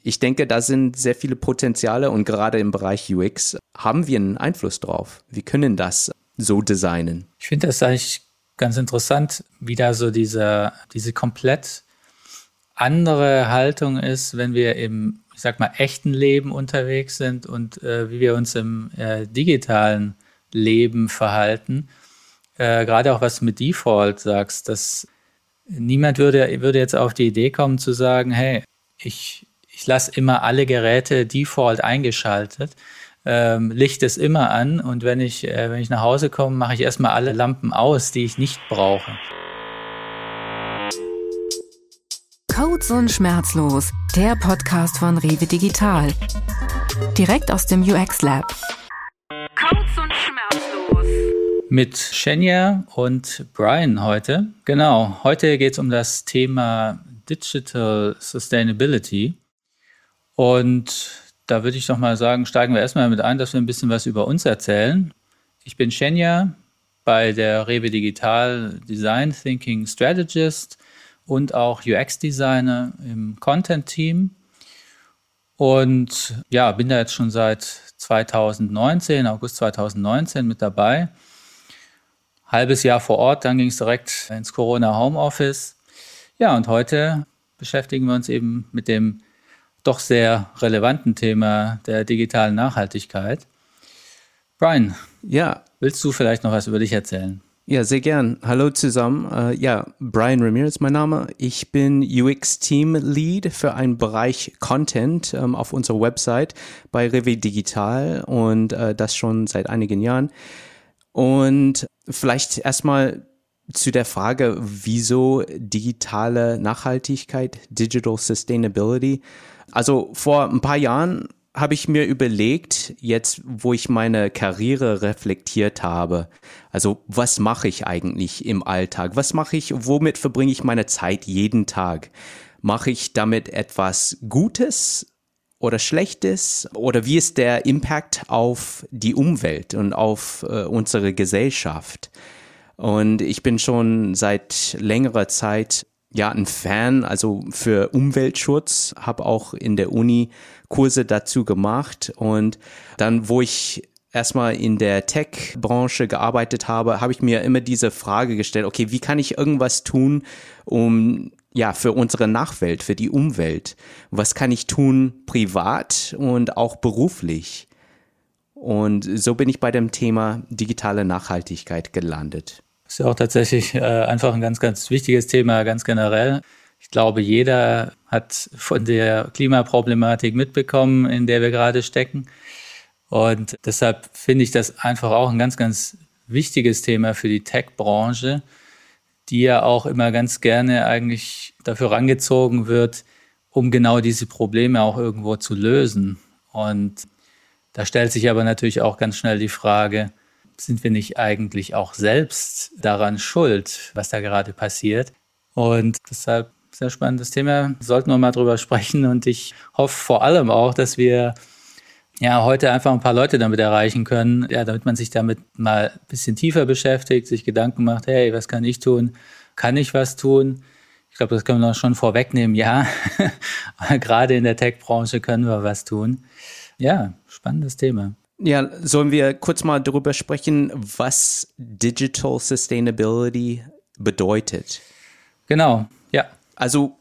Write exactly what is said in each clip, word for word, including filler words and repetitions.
ich denke, da sind sehr viele Potenziale und gerade im Bereich U X haben wir einen Einfluss drauf. Wir können das so designen. Ich finde das eigentlich ganz interessant, wie da so diese, diese komplett andere Haltung ist, wenn wir im, ich sag mal, echten Leben unterwegs sind und äh, wie wir uns im äh, digitalen Leben verhalten. Äh, gerade auch was du mit Default sagst, dass niemand würde, würde jetzt auf die Idee kommen zu sagen, hey, ich, ich lasse immer alle Geräte Default eingeschaltet, ähm, Licht ist immer an und wenn ich, äh, wenn ich nach Hause komme, mache ich erstmal alle Lampen aus, die ich nicht brauche. Codes und Schmerzlos, der Podcast von Rewe Digital. Direkt aus dem U X Lab. Codes und Schmerzlos. Mit Shenya und Brian heute. Genau, heute geht es um das Thema Digital Sustainability. Und da würde ich doch mal sagen, steigen wir erstmal mit ein, dass wir ein bisschen was über uns erzählen. Ich bin Shenya, bei der Rewe Digital Design Thinking Strategist und auch U X-Designer im Content-Team. Und ja, bin da jetzt schon seit zweitausendneunzehn, August zweitausendneunzehn mit dabei. Halbes Jahr vor Ort, dann ging es direkt ins Corona-Homeoffice. Ja, und heute beschäftigen wir uns eben mit dem doch sehr relevanten Thema der digitalen Nachhaltigkeit. Brian, ja, willst du vielleicht noch was über dich erzählen? Ja, sehr gern. Hallo zusammen. Uh, ja, Brian Ramirez mein Name. Ich bin U X-Team-Lead für einen Bereich Content um, auf unserer Website bei Rewe Digital und uh, das schon seit einigen Jahren. Und vielleicht erstmal zu der Frage, wieso digitale Nachhaltigkeit, Digital Sustainability. Also vor ein paar Jahren habe ich mir überlegt, jetzt wo ich meine Karriere reflektiert habe, also was mache ich eigentlich im Alltag? Was mache ich, womit verbringe ich meine Zeit jeden Tag? Mache ich damit etwas Gutes oder Schlechtes? Oder wie ist der Impact auf die Umwelt und auf äh, unsere Gesellschaft? Und ich bin schon seit längerer Zeit ja ein Fan, also für Umweltschutz, habe auch in der Uni Kurse dazu gemacht und dann, wo ich erstmal in der Tech-Branche gearbeitet habe, habe ich mir immer diese Frage gestellt, okay, wie kann ich irgendwas tun, um ja für unsere Nachwelt, für die Umwelt? Was kann ich tun privat und auch beruflich? Und so bin ich bei dem Thema digitale Nachhaltigkeit gelandet. Das ist ja auch tatsächlich äh, einfach ein ganz, ganz wichtiges Thema, ganz generell. Ich glaube, jeder hat von der Klimaproblematik mitbekommen, in der wir gerade stecken. Und deshalb finde ich das einfach auch ein ganz, ganz wichtiges Thema für die Tech-Branche, die ja auch immer ganz gerne eigentlich dafür rangezogen wird, um genau diese Probleme auch irgendwo zu lösen. Und da stellt sich aber natürlich auch ganz schnell die Frage, sind wir nicht eigentlich auch selbst daran schuld, was da gerade passiert? Und deshalb sehr spannendes Thema, sollten wir mal drüber sprechen und ich hoffe vor allem auch, dass wir ja heute einfach ein paar Leute damit erreichen können, ja, damit man sich damit mal ein bisschen tiefer beschäftigt, sich Gedanken macht, hey, was kann ich tun? Kann ich was tun? Ich glaube, das können wir noch schon vorwegnehmen, ja, gerade in der Tech-Branche können wir was tun. Ja, spannendes Thema. Ja, sollen wir kurz mal darüber sprechen, was Digital Sustainability bedeutet? Genau, ja. Also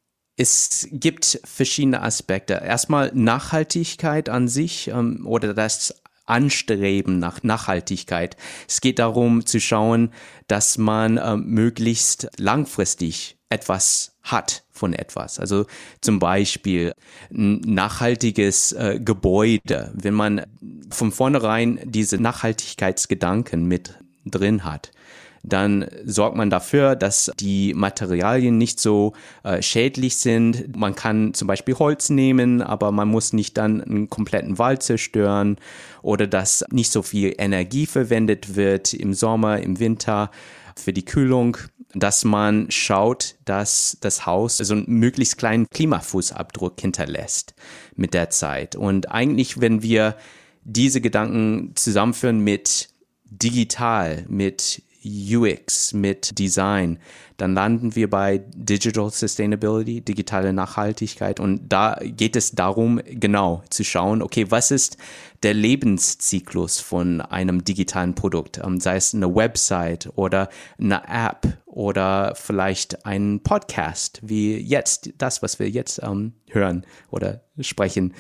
es gibt verschiedene Aspekte. Erstmal Nachhaltigkeit an sich ähm, oder das Anstreben nach Nachhaltigkeit. Es geht darum zu schauen, dass man ähm, möglichst langfristig etwas hat von etwas. Also zum Beispiel ein nachhaltiges äh, Gebäude, wenn man von vornherein diese Nachhaltigkeitsgedanken mit drin hat, dann sorgt man dafür, dass die Materialien nicht so äh, schädlich sind. Man kann zum Beispiel Holz nehmen, aber man muss nicht dann einen kompletten Wald zerstören oder dass nicht so viel Energie verwendet wird im Sommer, im Winter für die Kühlung, dass man schaut, dass das Haus so einen möglichst kleinen Klimafußabdruck hinterlässt mit der Zeit. Und eigentlich, wenn wir diese Gedanken zusammenführen mit digital, mit U X, mit Design, dann landen wir bei Digital Sustainability, digitale Nachhaltigkeit. Und da geht es darum, genau zu schauen, okay, was ist der Lebenszyklus von einem digitalen Produkt, sei es eine Website oder eine App oder vielleicht ein Podcast, wie jetzt, das, was wir jetzt ähm, hören oder sprechen,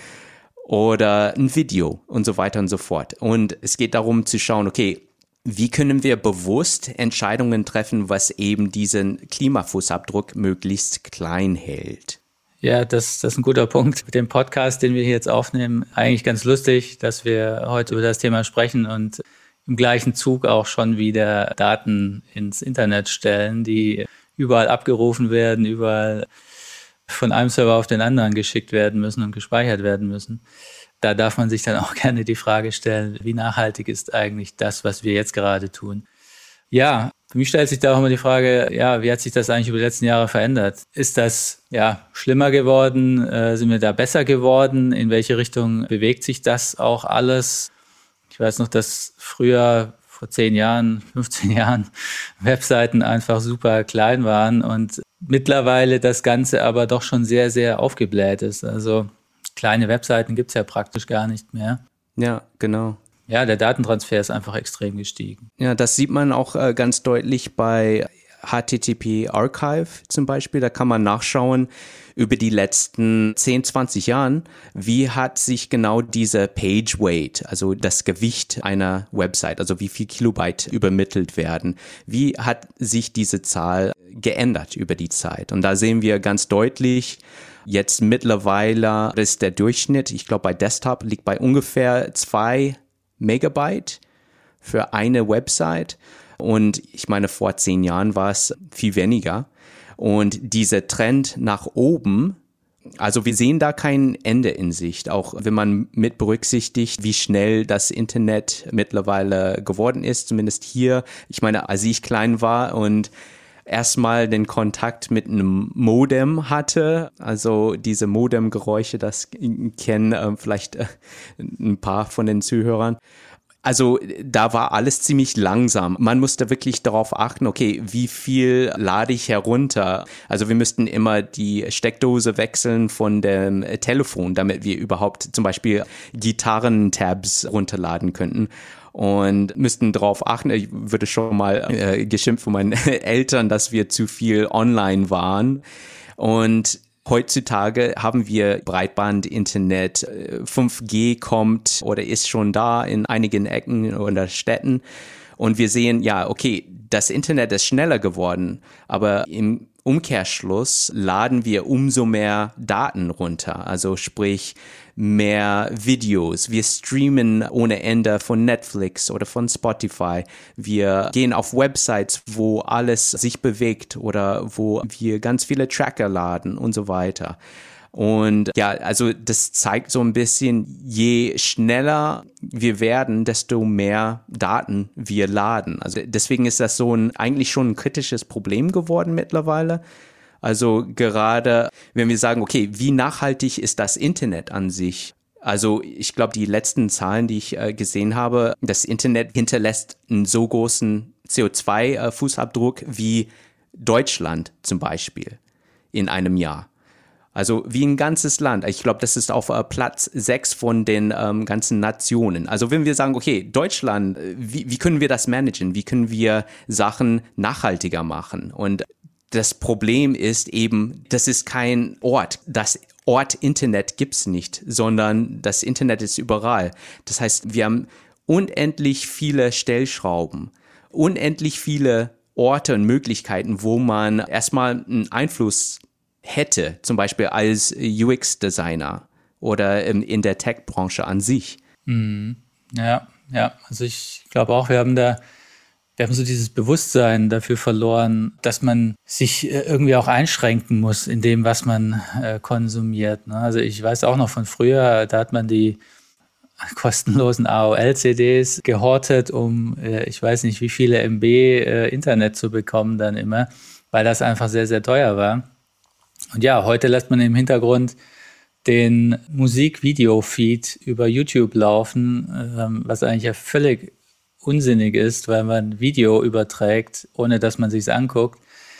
oder ein Video und so weiter und so fort. Und es geht darum zu schauen, okay, wie können wir bewusst Entscheidungen treffen, was eben diesen Klimafußabdruck möglichst klein hält? Ja, das, das ist ein guter Punkt. Mit dem Podcast, den wir hier jetzt aufnehmen, eigentlich ganz lustig, dass wir heute über das Thema sprechen und im gleichen Zug auch schon wieder Daten ins Internet stellen, die überall abgerufen werden, überall von einem Server auf den anderen geschickt werden müssen und gespeichert werden müssen. Da darf man sich dann auch gerne die Frage stellen, wie nachhaltig ist eigentlich das, was wir jetzt gerade tun? Ja, für mich stellt sich da auch immer die Frage, ja, wie hat sich das eigentlich über die letzten Jahre verändert? Ist das ja schlimmer geworden? Äh, sind wir da besser geworden? In welche Richtung bewegt sich das auch alles? Ich weiß noch, dass früher, vor zehn Jahren, fünfzehn Jahren, Webseiten einfach super klein waren und mittlerweile das Ganze aber doch schon sehr, sehr aufgebläht ist. Also kleine Webseiten gibt es ja praktisch gar nicht mehr. Ja, genau. Ja, der Datentransfer ist einfach extrem gestiegen. Ja, das sieht man auch äh, ganz deutlich bei H T T P Archive zum Beispiel. Da kann man nachschauen über die letzten zehn, zwanzig Jahren, wie hat sich genau diese Page Weight, also das Gewicht einer Website, also wie viel Kilobyte übermittelt werden, wie hat sich diese Zahl geändert über die Zeit? Und da sehen wir ganz deutlich, jetzt mittlerweile ist der Durchschnitt, ich glaube bei Desktop liegt bei ungefähr zwei Megabyte für eine Website. Und ich meine, vor zehn Jahren war es viel weniger. Und dieser Trend nach oben, also wir sehen da kein Ende in Sicht, auch wenn man mit berücksichtigt, wie schnell das Internet mittlerweile geworden ist, zumindest hier. Ich meine, als ich klein war und erstmal den Kontakt mit einem Modem hatte, also diese Modem-Geräusche, das kennen äh, vielleicht äh, ein paar von den Zuhörern. Also da war alles ziemlich langsam. Man musste wirklich darauf achten, okay, wie viel lade ich herunter? Also wir müssten immer die Steckdose wechseln von dem Telefon, damit wir überhaupt zum Beispiel Gitarren-Tabs runterladen könnten. Und müssten darauf achten, ich würde schon mal äh, geschimpft von meinen Eltern, dass wir zu viel online waren. Und heutzutage haben wir Breitband, Internet, fünf G kommt oder ist schon da in einigen Ecken oder Städten. Und wir sehen, ja, okay, das Internet ist schneller geworden, aber im Umkehrschluss laden wir umso mehr Daten runter, also sprich mehr Videos. Wir streamen ohne Ende von Netflix oder von Spotify. Wir gehen auf Websites, wo alles sich bewegt oder wo wir ganz viele Tracker laden und so weiter. Und ja, also das zeigt so ein bisschen, je schneller wir werden, desto mehr Daten wir laden. Also deswegen ist das so ein eigentlich schon ein kritisches Problem geworden mittlerweile. Also gerade, wenn wir sagen, okay, wie nachhaltig ist das Internet an sich? Also ich glaube, die letzten Zahlen, die ich äh, gesehen habe, das Internet hinterlässt einen so großen C O zwei Fußabdruck wie Deutschland zum Beispiel in einem Jahr. Also wie ein ganzes Land. Ich glaube, das ist auf äh, Platz sechs von den ähm, ganzen Nationen. Also wenn wir sagen, okay, Deutschland, wie, wie können wir das managen? Wie können wir Sachen nachhaltiger machen? Und das Problem ist eben, das ist kein Ort. Das Ort Internet gibt's nicht, sondern das Internet ist überall. Das heißt, wir haben unendlich viele Stellschrauben, unendlich viele Orte und Möglichkeiten, wo man erstmal einen Einfluss hätte, zum Beispiel als U X-Designer oder in der Tech-Branche an sich. Mhm. Ja, ja, also ich glaube auch, wir haben da, wir haben so dieses Bewusstsein dafür verloren, dass man sich irgendwie auch einschränken muss in dem, was man äh, konsumiert. Ne? Also ich weiß auch noch von früher, da hat man die kostenlosen A O L-C Ds gehortet, um äh, ich weiß nicht wie viele M B äh, Internet zu bekommen dann immer, weil das einfach sehr, sehr teuer war. Und ja, heute lässt man im Hintergrund den Musik-Video-Feed über YouTube laufen, ähm, was eigentlich ja völlig unsinnig ist, weil man Video überträgt, ohne dass man sich's anguckt.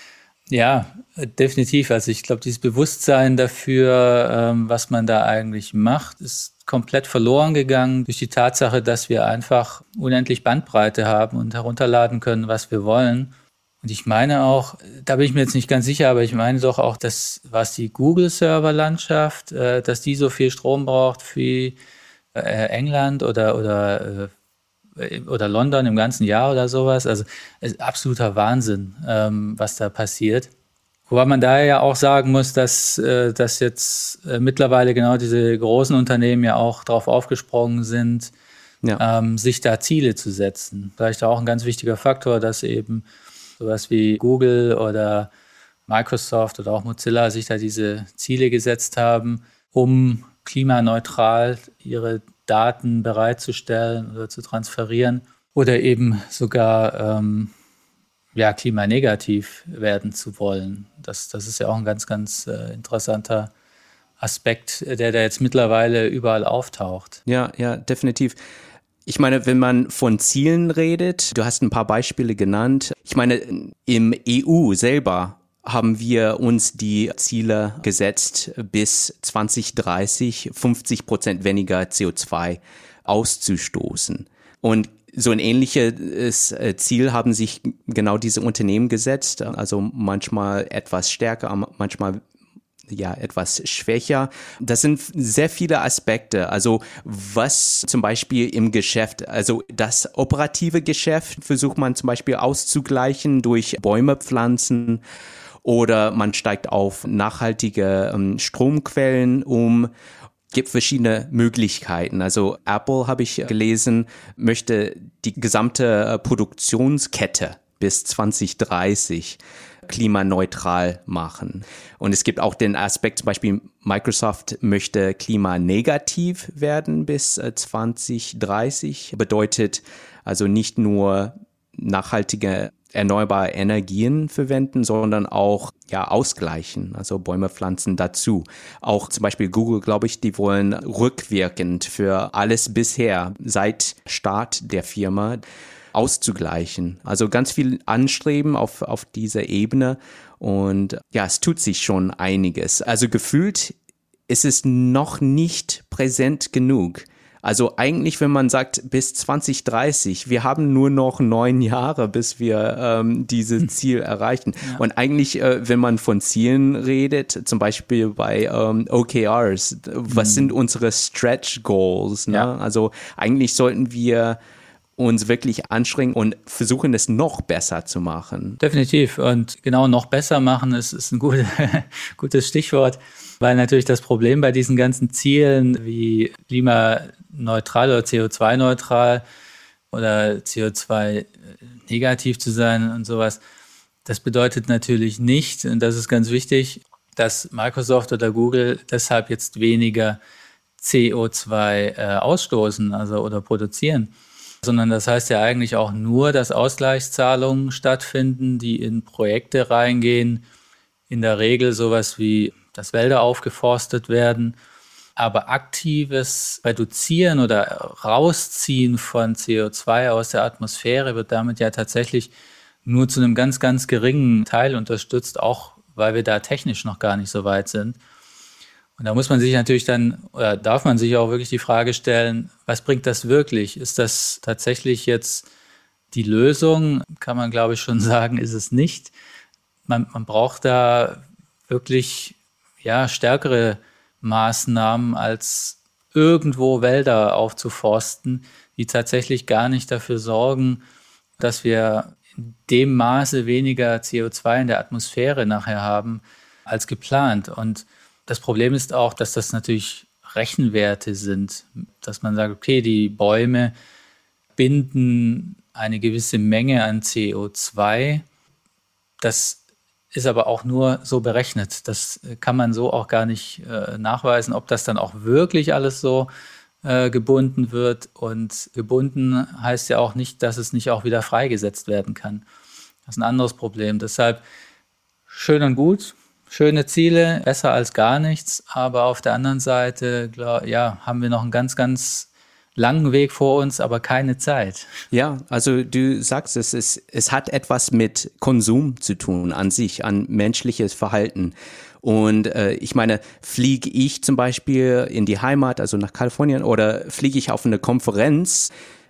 Ja, definitiv. Also ich glaube, dieses Bewusstsein dafür, ähm, was man da eigentlich macht, ist komplett verloren gegangen durch die Tatsache, dass wir einfach unendlich Bandbreite haben und herunterladen können, was wir wollen. Und ich meine auch, da bin ich mir jetzt nicht ganz sicher, aber ich meine doch auch, dass was die Google-Server-Landschaft, äh, dass die so viel Strom braucht wie äh, England oder oder äh, oder London im ganzen Jahr oder sowas. Also es ist absoluter Wahnsinn, ähm, was da passiert. Wobei man daher ja auch sagen muss, dass, äh, dass jetzt äh, mittlerweile genau diese großen Unternehmen ja auch darauf aufgesprungen sind, ja. ähm, sich da Ziele zu setzen. Vielleicht auch ein ganz wichtiger Faktor, dass eben sowas wie Google oder Microsoft oder auch Mozilla sich da diese Ziele gesetzt haben, um klimaneutral ihre Daten bereitzustellen oder zu transferieren oder eben sogar ähm, ja, klimanegativ werden zu wollen. Das, das ist ja auch ein ganz, ganz äh, interessanter Aspekt, der da jetzt mittlerweile überall auftaucht. Ja, ja, definitiv. Ich meine, wenn man von Zielen redet, du hast ein paar Beispiele genannt. Ich meine, im E U selber haben wir uns die Ziele gesetzt, bis zwanzig dreißig fünfzig Prozent weniger C O zwei auszustoßen. Und so ein ähnliches Ziel haben sich genau diese Unternehmen gesetzt, also manchmal etwas stärker, manchmal ja, etwas schwächer. Das sind sehr viele Aspekte. Also was zum Beispiel im Geschäft, also das operative Geschäft versucht man zum Beispiel auszugleichen durch Bäume pflanzen oder man steigt auf nachhaltige ähm, Stromquellen um. Gibt verschiedene Möglichkeiten. Also Apple, habe ich gelesen, möchte die gesamte Produktionskette bis zwanzig dreißig klimaneutral machen. Und es gibt auch den Aspekt, zum Beispiel Microsoft möchte klimanegativ werden bis zwanzig dreißig. Bedeutet also nicht nur nachhaltige erneuerbare Energien verwenden, sondern auch ja ausgleichen, also Bäume pflanzen dazu. Auch zum Beispiel Google, glaube ich, die wollen rückwirkend für alles bisher seit Start der Firma auszugleichen. Also ganz viel Anstreben auf, auf dieser Ebene und ja, es tut sich schon einiges. Also gefühlt ist es noch nicht präsent genug. Also eigentlich, wenn man sagt, bis zwanzig dreißig, wir haben nur noch neun Jahre, bis wir ähm, dieses Ziel erreichen. Ja. Und eigentlich, äh, wenn man von Zielen redet, zum Beispiel bei ähm, O K Rs, was mhm. sind unsere Stretch Goals? Ne? Ja. Also eigentlich sollten wir uns wirklich anstrengen und versuchen, es noch besser zu machen. Definitiv. Und genau noch besser machen ist, ist ein gutes, gutes Stichwort, weil natürlich das Problem bei diesen ganzen Zielen wie klimaneutral oder C O zwei neutral oder C O zwei negativ zu sein und sowas, das bedeutet natürlich nicht, und das ist ganz wichtig, dass Microsoft oder Google deshalb jetzt weniger C O zwei äh, ausstoßen, also oder produzieren, sondern das heißt ja eigentlich auch nur, dass Ausgleichszahlungen stattfinden, die in Projekte reingehen, in der Regel sowas wie, dass Wälder aufgeforstet werden, aber aktives Reduzieren oder Rausziehen von C O zwei aus der Atmosphäre wird damit ja tatsächlich nur zu einem ganz, ganz geringen Teil unterstützt, auch weil wir da technisch noch gar nicht so weit sind. Und da muss man sich natürlich dann, oder darf man sich auch wirklich die Frage stellen, was bringt das wirklich? Ist das tatsächlich jetzt die Lösung? Kann man, glaube ich, schon sagen, ist es nicht. Man, man braucht da wirklich ja, stärkere Maßnahmen, als irgendwo Wälder aufzuforsten, die tatsächlich gar nicht dafür sorgen, dass wir in dem Maße weniger C O zwei in der Atmosphäre nachher haben als geplant. Und das Problem ist auch, dass das natürlich Rechenwerte sind, dass man sagt, okay, die Bäume binden eine gewisse Menge an C O zwei. Das ist aber auch nur so berechnet. Das kann man so auch gar nicht äh, nachweisen, ob das dann auch wirklich alles so äh, gebunden wird. Und gebunden heißt ja auch nicht, dass es nicht auch wieder freigesetzt werden kann. Das ist ein anderes Problem. Deshalb schön und gut. Schöne Ziele, besser als gar nichts, aber auf der anderen Seite, glaub, ja, haben wir noch einen ganz, ganz langen Weg vor uns, aber keine Zeit. Ja, also du sagst es, es, es hat etwas mit Konsum zu tun an sich, an menschliches Verhalten. Und äh, ich meine, fliege ich zum Beispiel in die Heimat, also nach Kalifornien, oder fliege ich auf eine Konferenz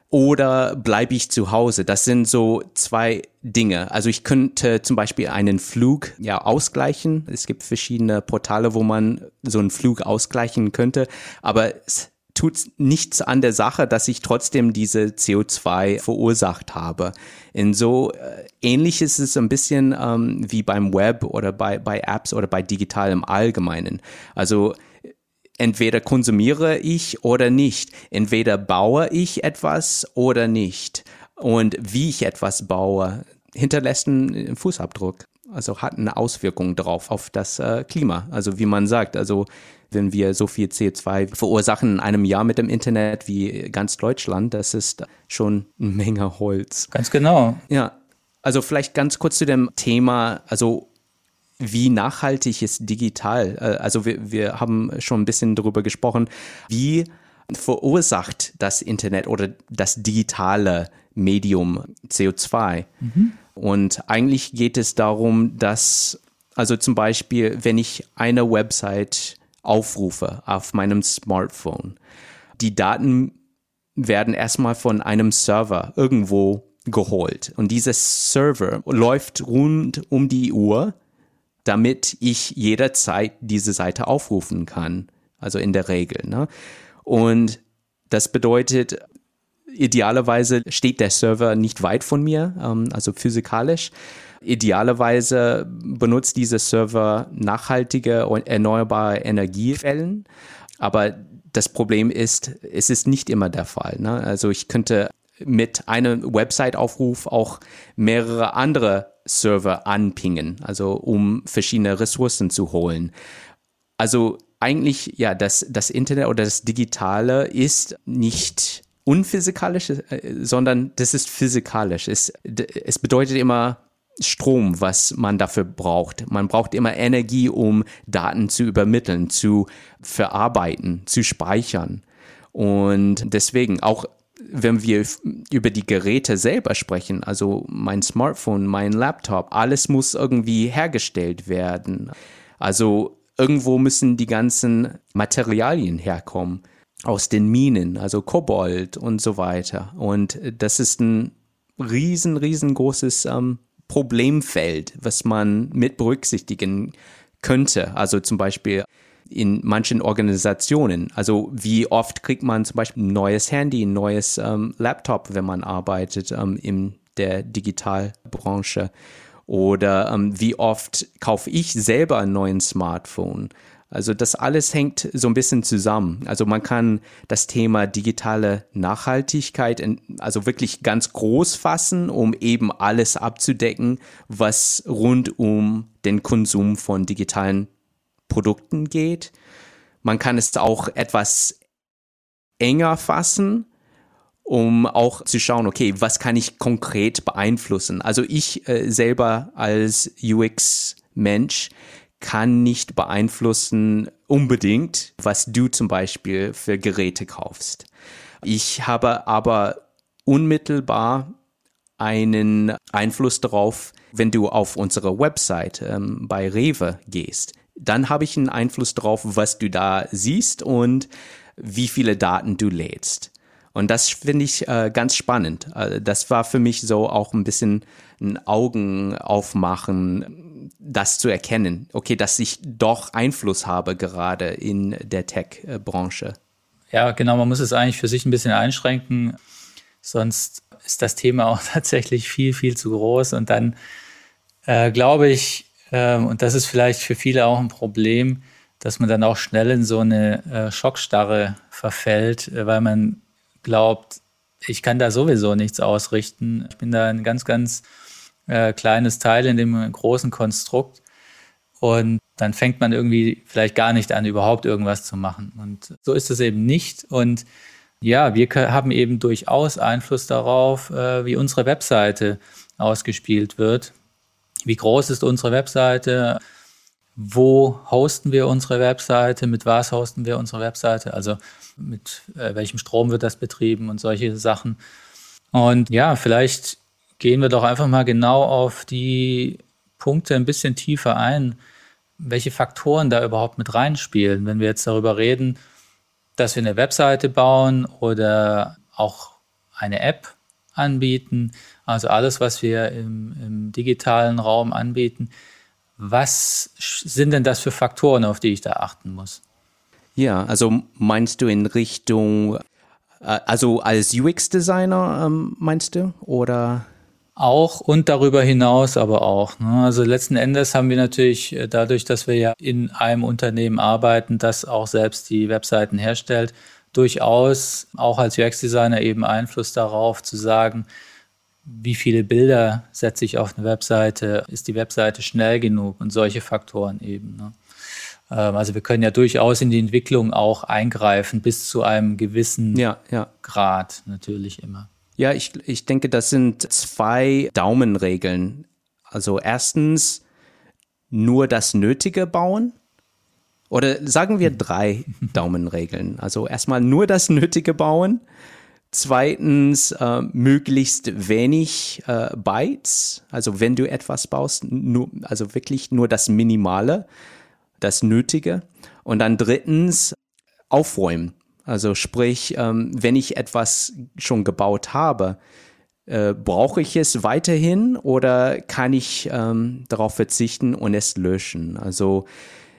oder bleibe ich zu Hause? Das sind so zwei Dinge. Also ich könnte zum Beispiel einen Flug ja ausgleichen. Es gibt verschiedene Portale, wo man so einen Flug ausgleichen könnte, aber es tut nichts an der Sache, dass ich trotzdem diese C O zwei verursacht habe. In so äh, ähnlich ist es ein bisschen ähm, wie beim Web oder bei, bei Apps oder bei digital im Allgemeinen. Also entweder konsumiere ich oder nicht. Entweder baue ich etwas oder nicht. Und wie ich etwas baue, hinterlässt einen Fußabdruck. Also hat eine Auswirkung drauf auf das äh, Klima. Also wie man sagt, also wenn wir so viel C O zwei verursachen in einem Jahr mit dem Internet wie ganz Deutschland, das ist schon eine Menge Holz. Ganz genau. Ja, also vielleicht ganz kurz zu dem Thema, also wie nachhaltig ist digital? Also wir, wir haben schon ein bisschen darüber gesprochen, wie verursacht das Internet oder das digitale Medium C O zwei? Mhm. Und eigentlich geht es darum, dass, also zum Beispiel, wenn ich eine Website aufrufe auf meinem Smartphone, die Daten werden erstmal von einem Server irgendwo geholt. Und dieser Server läuft rund um die Uhr, damit ich jederzeit diese Seite aufrufen kann. Also in der Regel. Ne? Und das bedeutet, idealerweise steht der Server nicht weit von mir, ähm, also physikalisch. Idealerweise benutzt dieser Server nachhaltige und erneuerbare Energiequellen. Aber das Problem ist, es ist nicht immer der Fall. Ne? Also ich könnte mit einem Website-Aufruf auch mehrere andere Server anpingen, also um verschiedene Ressourcen zu holen. Also eigentlich, ja, das, das Internet oder das Digitale ist nicht unphysikalisch, sondern das ist physikalisch. Es, es bedeutet immer Strom, was man dafür braucht. Man braucht immer Energie, um Daten zu übermitteln, zu verarbeiten, zu speichern. Und deswegen auch, wenn wir über die Geräte selber sprechen, also mein Smartphone, mein Laptop, alles muss irgendwie hergestellt werden. Also irgendwo müssen die ganzen Materialien herkommen, aus den Minen, also Kobold und so weiter. Und das ist ein riesen, riesengroßes ähm, Problemfeld, was man mit berücksichtigen könnte. Also zum Beispiel in manchen Organisationen. Also wie oft kriegt man zum Beispiel ein neues Handy, ein neues ähm, Laptop, wenn man arbeitet ähm, in der Digitalbranche? Oder ähm, wie oft kaufe ich selber ein neues Smartphone? Also das alles hängt so ein bisschen zusammen. Also man kann das Thema digitale Nachhaltigkeit in, also wirklich ganz groß fassen, um eben alles abzudecken, was rund um den Konsum von digitalen Produkten geht. Man kann es auch etwas enger fassen, um auch zu schauen, okay, was kann ich konkret beeinflussen? Also ich äh, selber als U X-Mensch kann nicht beeinflussen unbedingt, was du zum Beispiel für Geräte kaufst. Ich habe aber unmittelbar einen Einfluss darauf, wenn du auf unsere Website ähm, bei Rewe gehst. Dann habe ich einen Einfluss darauf, was du da siehst und wie viele Daten du lädst. Und das finde ich äh, ganz spannend. Äh, das war für mich so auch ein bisschen ein Augen aufmachen, das zu erkennen. Okay, dass ich doch Einfluss habe gerade in der Tech-Branche. Ja, genau. Man muss es eigentlich für sich ein bisschen einschränken. Sonst ist das Thema auch tatsächlich viel, viel zu groß. Und dann äh, glaube ich, äh, und das ist vielleicht für viele auch ein Problem, dass man dann auch schnell in so eine äh, Schockstarre verfällt, äh, weil man glaubt, ich kann da sowieso nichts ausrichten. Ich bin da ein ganz, ganz äh, kleines Teil in dem großen Konstrukt. Und dann fängt man irgendwie vielleicht gar nicht an, überhaupt irgendwas zu machen. Und so ist es eben nicht. Und ja, wir haben eben durchaus Einfluss darauf, äh, wie unsere Webseite ausgespielt wird. Wie groß ist unsere Webseite? wo hosten wir unsere Webseite, mit was hosten wir unsere Webseite, also mit äh, welchem Strom wird das betrieben und solche Sachen. Und ja, vielleicht gehen wir doch einfach mal genau auf die Punkte ein bisschen tiefer ein, welche Faktoren da überhaupt mit reinspielen, wenn wir jetzt darüber reden, dass wir eine Webseite bauen oder auch eine App anbieten, also alles, was wir im, im digitalen Raum anbieten. Was sind denn das für Faktoren, auf die ich da achten muss? Ja, also meinst du in Richtung, äh, also als U X-Designer ähm, meinst du, oder? Auch und darüber hinaus aber auch. Ne? Also letzten Endes haben wir natürlich dadurch, dass wir ja in einem Unternehmen arbeiten, das auch selbst die Webseiten herstellt, durchaus auch als U X-Designer eben Einfluss darauf zu sagen, wie viele Bilder setze ich auf eine Webseite, ist die Webseite schnell genug und solche Faktoren eben. Ne? Also wir können ja durchaus in die Entwicklung auch eingreifen, bis zu einem gewissen ja, ja. Grad natürlich immer. Ja, ich, ich denke, das sind zwei Daumenregeln. Also erstens nur das Nötige bauen. Oder sagen wir drei Daumenregeln. Also erstmal nur das Nötige bauen. Zweitens äh, möglichst wenig äh, Bytes. Also wenn du etwas baust, nur, also wirklich nur das Minimale, das Nötige. Und dann drittens aufräumen. Also sprich, ähm, wenn ich etwas schon gebaut habe, äh, brauche ich es weiterhin oder kann ich ähm, darauf verzichten und es löschen? Also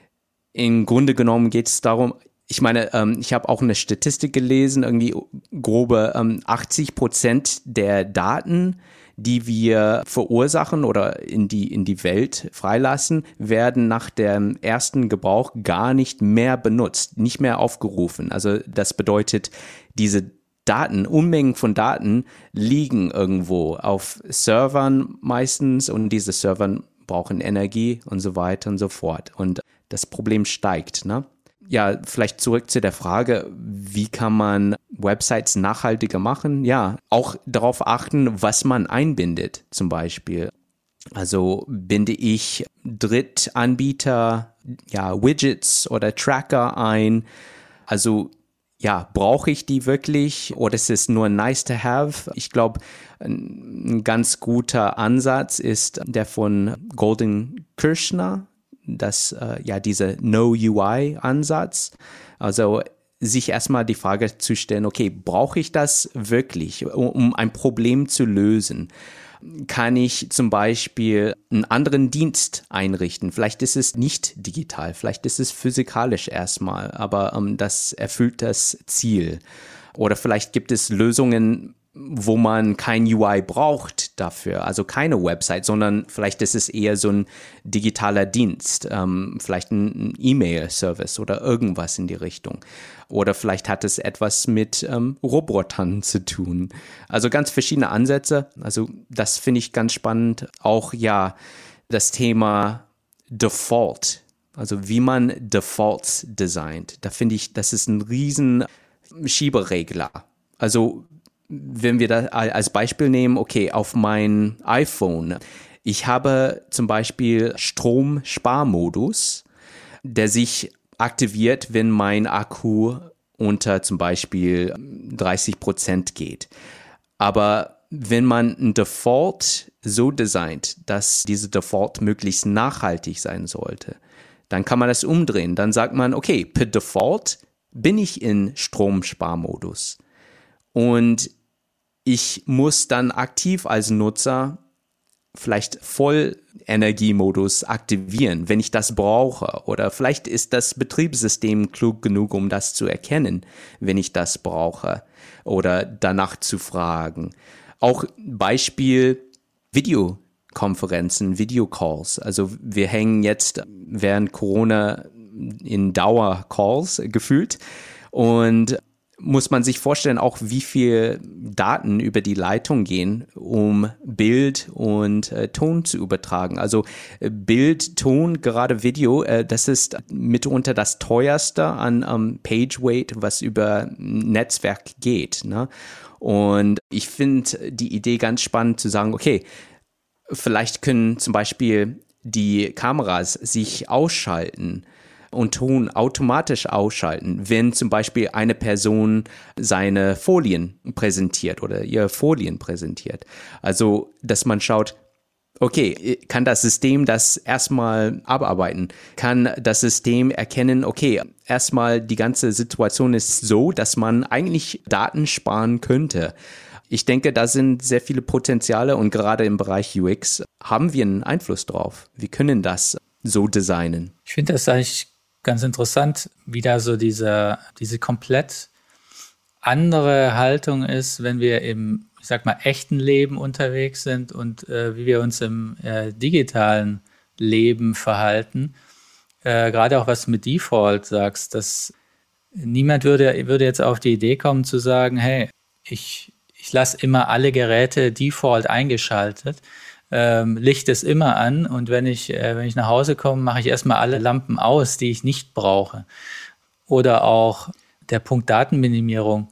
im Grunde genommen geht es darum, ich meine, ähm, ich habe auch eine Statistik gelesen, irgendwie grobe ähm, achtzig Prozent der Daten, die wir verursachen oder in die, in die Welt freilassen, werden nach dem ersten Gebrauch gar nicht mehr benutzt, nicht mehr aufgerufen. Also das bedeutet, diese Daten, Unmengen von Daten liegen irgendwo auf Servern meistens und diese Server brauchen Energie und so weiter und so fort. Und das Problem steigt, ne? Ja, vielleicht zurück zu der Frage, wie kann man Websites nachhaltiger machen? Ja, auch darauf achten, was man einbindet zum Beispiel. Also binde ich Drittanbieter, ja, Widgets oder Tracker ein. Also ja, brauche ich die wirklich oder ist es nur nice to have? Ich glaube, ein ganz guter Ansatz ist der von Golden Kirschner. Das, äh, ja, dieser No-U I-Ansatz, also sich erstmal die Frage zu stellen, okay, brauche ich das wirklich, um, um ein Problem zu lösen? Kann ich zum Beispiel einen anderen Dienst einrichten? Vielleicht ist es nicht digital, vielleicht ist es physikalisch erstmal, aber ähm, das erfüllt das Ziel. Oder vielleicht gibt es Lösungen, wo man kein U I braucht dafür, also keine Website, sondern vielleicht ist es eher so ein digitaler Dienst, ähm, vielleicht ein, ein E-Mail-Service oder irgendwas in die Richtung. Oder vielleicht hat es etwas mit ähm, Robotern zu tun. Also ganz verschiedene Ansätze. Also das finde ich ganz spannend. Auch ja das Thema Default, also wie man Defaults designt. Da finde ich, das ist ein riesen Schieberegler. Also wenn wir das als Beispiel nehmen, okay, auf mein iPhone, ich habe zum Beispiel Stromsparmodus, der sich aktiviert, wenn mein Akku unter zum Beispiel dreißig Prozent geht. Aber wenn man ein Default so designt, dass diese Default möglichst nachhaltig sein sollte, dann kann man das umdrehen. Dann sagt man, okay, per Default bin ich in Stromsparmodus. Und ich muss dann aktiv als Nutzer vielleicht Vollenergiemodus aktivieren, wenn ich das brauche. Oder vielleicht ist das Betriebssystem klug genug, um das zu erkennen, wenn ich das brauche. Oder danach zu fragen. Auch Beispiel Videokonferenzen, Videocalls. Also wir hängen jetzt während Corona in Dauercalls gefühlt. Und muss man sich vorstellen, auch wie viel Daten über die Leitung gehen, um Bild und äh, Ton zu übertragen. Also äh, Bild, Ton, gerade Video, äh, das ist mitunter das teuerste an ähm, Page Weight, was über Netzwerk geht, ne? Und ich finde die Idee ganz spannend zu sagen, okay, vielleicht können zum Beispiel die Kameras sich ausschalten und Ton automatisch ausschalten, wenn zum Beispiel eine Person seine Folien präsentiert oder ihre Folien präsentiert. Also, dass man schaut, okay, kann das System das erstmal abarbeiten? Kann das System erkennen, okay, erstmal die ganze Situation ist so, dass man eigentlich Daten sparen könnte? Ich denke, da sind sehr viele Potenziale und gerade im Bereich U X haben wir einen Einfluss drauf. Wir können das so designen. Ich finde das eigentlich ganz interessant, wie da so diese, diese komplett andere Haltung ist, wenn wir im, ich sag mal, echten Leben unterwegs sind und äh, wie wir uns im äh, digitalen Leben verhalten. Äh, gerade auch was du mit Default sagst, dass niemand würde, würde jetzt auf die Idee kommen zu sagen, hey, ich, ich lasse immer alle Geräte Default eingeschaltet. Ähm, Licht ist immer an und wenn ich, äh, wenn ich nach Hause komme, mache ich erstmal alle Lampen aus, die ich nicht brauche. Oder auch der Punkt Datenminimierung,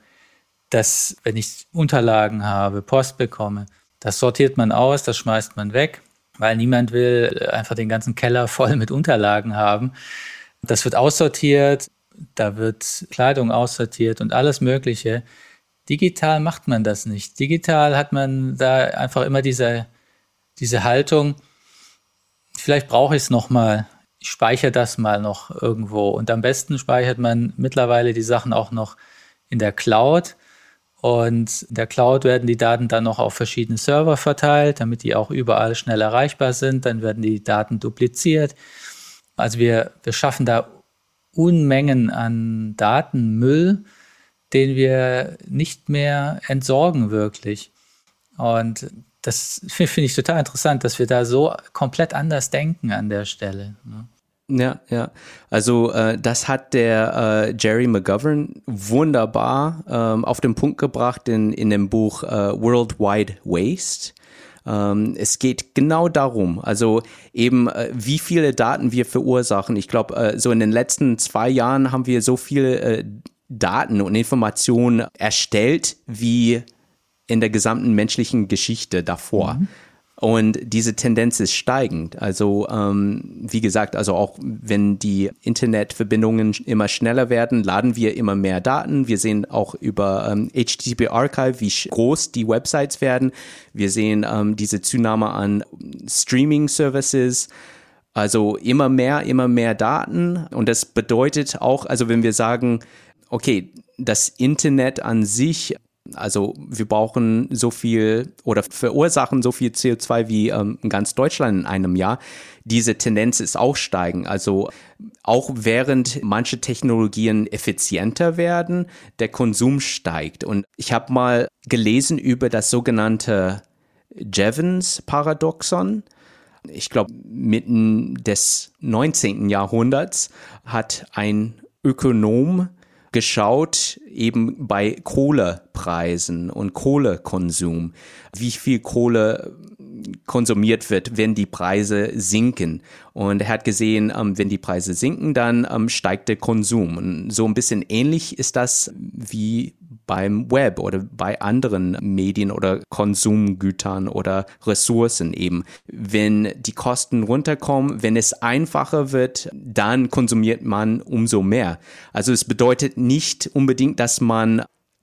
dass wenn ich Unterlagen habe, Post bekomme, das sortiert man aus, das schmeißt man weg, weil niemand will einfach den ganzen Keller voll mit Unterlagen haben. Das wird aussortiert, da wird Kleidung aussortiert und alles Mögliche. Digital macht man das nicht. Digital hat man da einfach immer diese Diese Haltung, vielleicht brauche ich es noch mal, ich speichere das mal noch irgendwo. Und am besten speichert man mittlerweile die Sachen auch noch in der Cloud. Und in der Cloud werden die Daten dann noch auf verschiedene Server verteilt, damit die auch überall schnell erreichbar sind. Dann werden die Daten dupliziert. Also wir, wir schaffen da Unmengen an Datenmüll, den wir nicht mehr entsorgen wirklich. Und das finde ich total interessant, dass wir da so komplett anders denken an der Stelle. Ja, ja. Also äh, das hat der äh, Jerry McGovern wunderbar ähm, auf den Punkt gebracht in, in dem Buch äh, World Wide Waste. Ähm, es geht genau darum, also eben äh, wie viele Daten wir verursachen. Ich glaube, äh, so in den letzten zwei Jahren haben wir so viele äh, Daten und Informationen erstellt, wie in der gesamten menschlichen Geschichte davor. Mhm. Und diese Tendenz ist steigend. Also ähm, wie gesagt, also auch wenn die Internetverbindungen immer schneller werden, laden wir immer mehr Daten. Wir sehen auch über ähm, H T T P Archive, wie groß die Websites werden. Wir sehen ähm, diese Zunahme an Streaming-Services. Also immer mehr, immer mehr Daten. Und das bedeutet auch, also wenn wir sagen, okay, das Internet an sich, also wir brauchen so viel oder verursachen so viel C O zwei wie ähm, ganz Deutschland in einem Jahr. Diese Tendenz ist auch steigen. Also auch während manche Technologien effizienter werden, der Konsum steigt. Und ich habe mal gelesen über das sogenannte Jevons-Paradoxon. Ich glaube, mitten des neunzehnten Jahrhunderts hat ein Ökonom geschaut, eben bei Kohlepreisen und Kohlekonsum, wie viel Kohle konsumiert wird, wenn die Preise sinken. Und er hat gesehen, wenn die Preise sinken, dann steigt der Konsum. Und so ein bisschen ähnlich ist das wie beim Web oder bei anderen Medien oder Konsumgütern oder Ressourcen eben. Wenn die Kosten runterkommen, wenn es einfacher wird, dann konsumiert man umso mehr. Also es bedeutet nicht unbedingt, dass man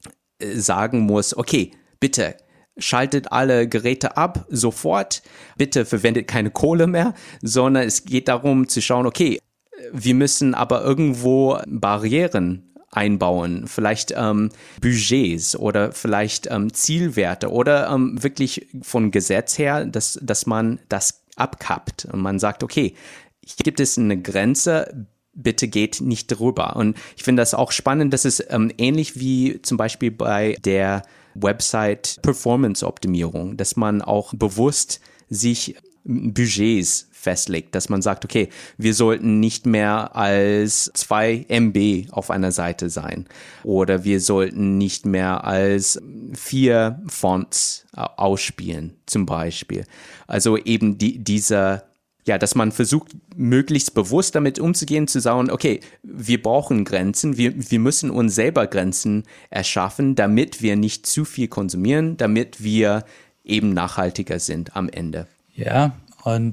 sagen muss, okay, bitte schaltet alle Geräte ab sofort, bitte verwendet keine Kohle mehr, sondern es geht darum zu schauen, okay, wir müssen aber irgendwo Barrieren einbauen, vielleicht ähm, Budgets oder vielleicht ähm, Zielwerte oder ähm, wirklich von Gesetz her, dass, dass man das abkappt und man sagt, okay, hier gibt es eine Grenze, bitte geht nicht drüber. Und ich finde das auch spannend, dass es ähm, ähnlich wie zum Beispiel bei der Website Performance-Optimierung, dass man auch bewusst sich Budgets festlegt, dass man sagt, okay, wir sollten nicht mehr als zwei Megabyte auf einer Seite sein oder wir sollten nicht mehr als vier Fonts ausspielen, zum Beispiel. Also eben die, dieser, ja, dass man versucht, möglichst bewusst damit umzugehen, zu sagen, okay, wir brauchen Grenzen, wir, wir müssen uns selber Grenzen erschaffen, damit wir nicht zu viel konsumieren, damit wir eben nachhaltiger sind am Ende. Ja, und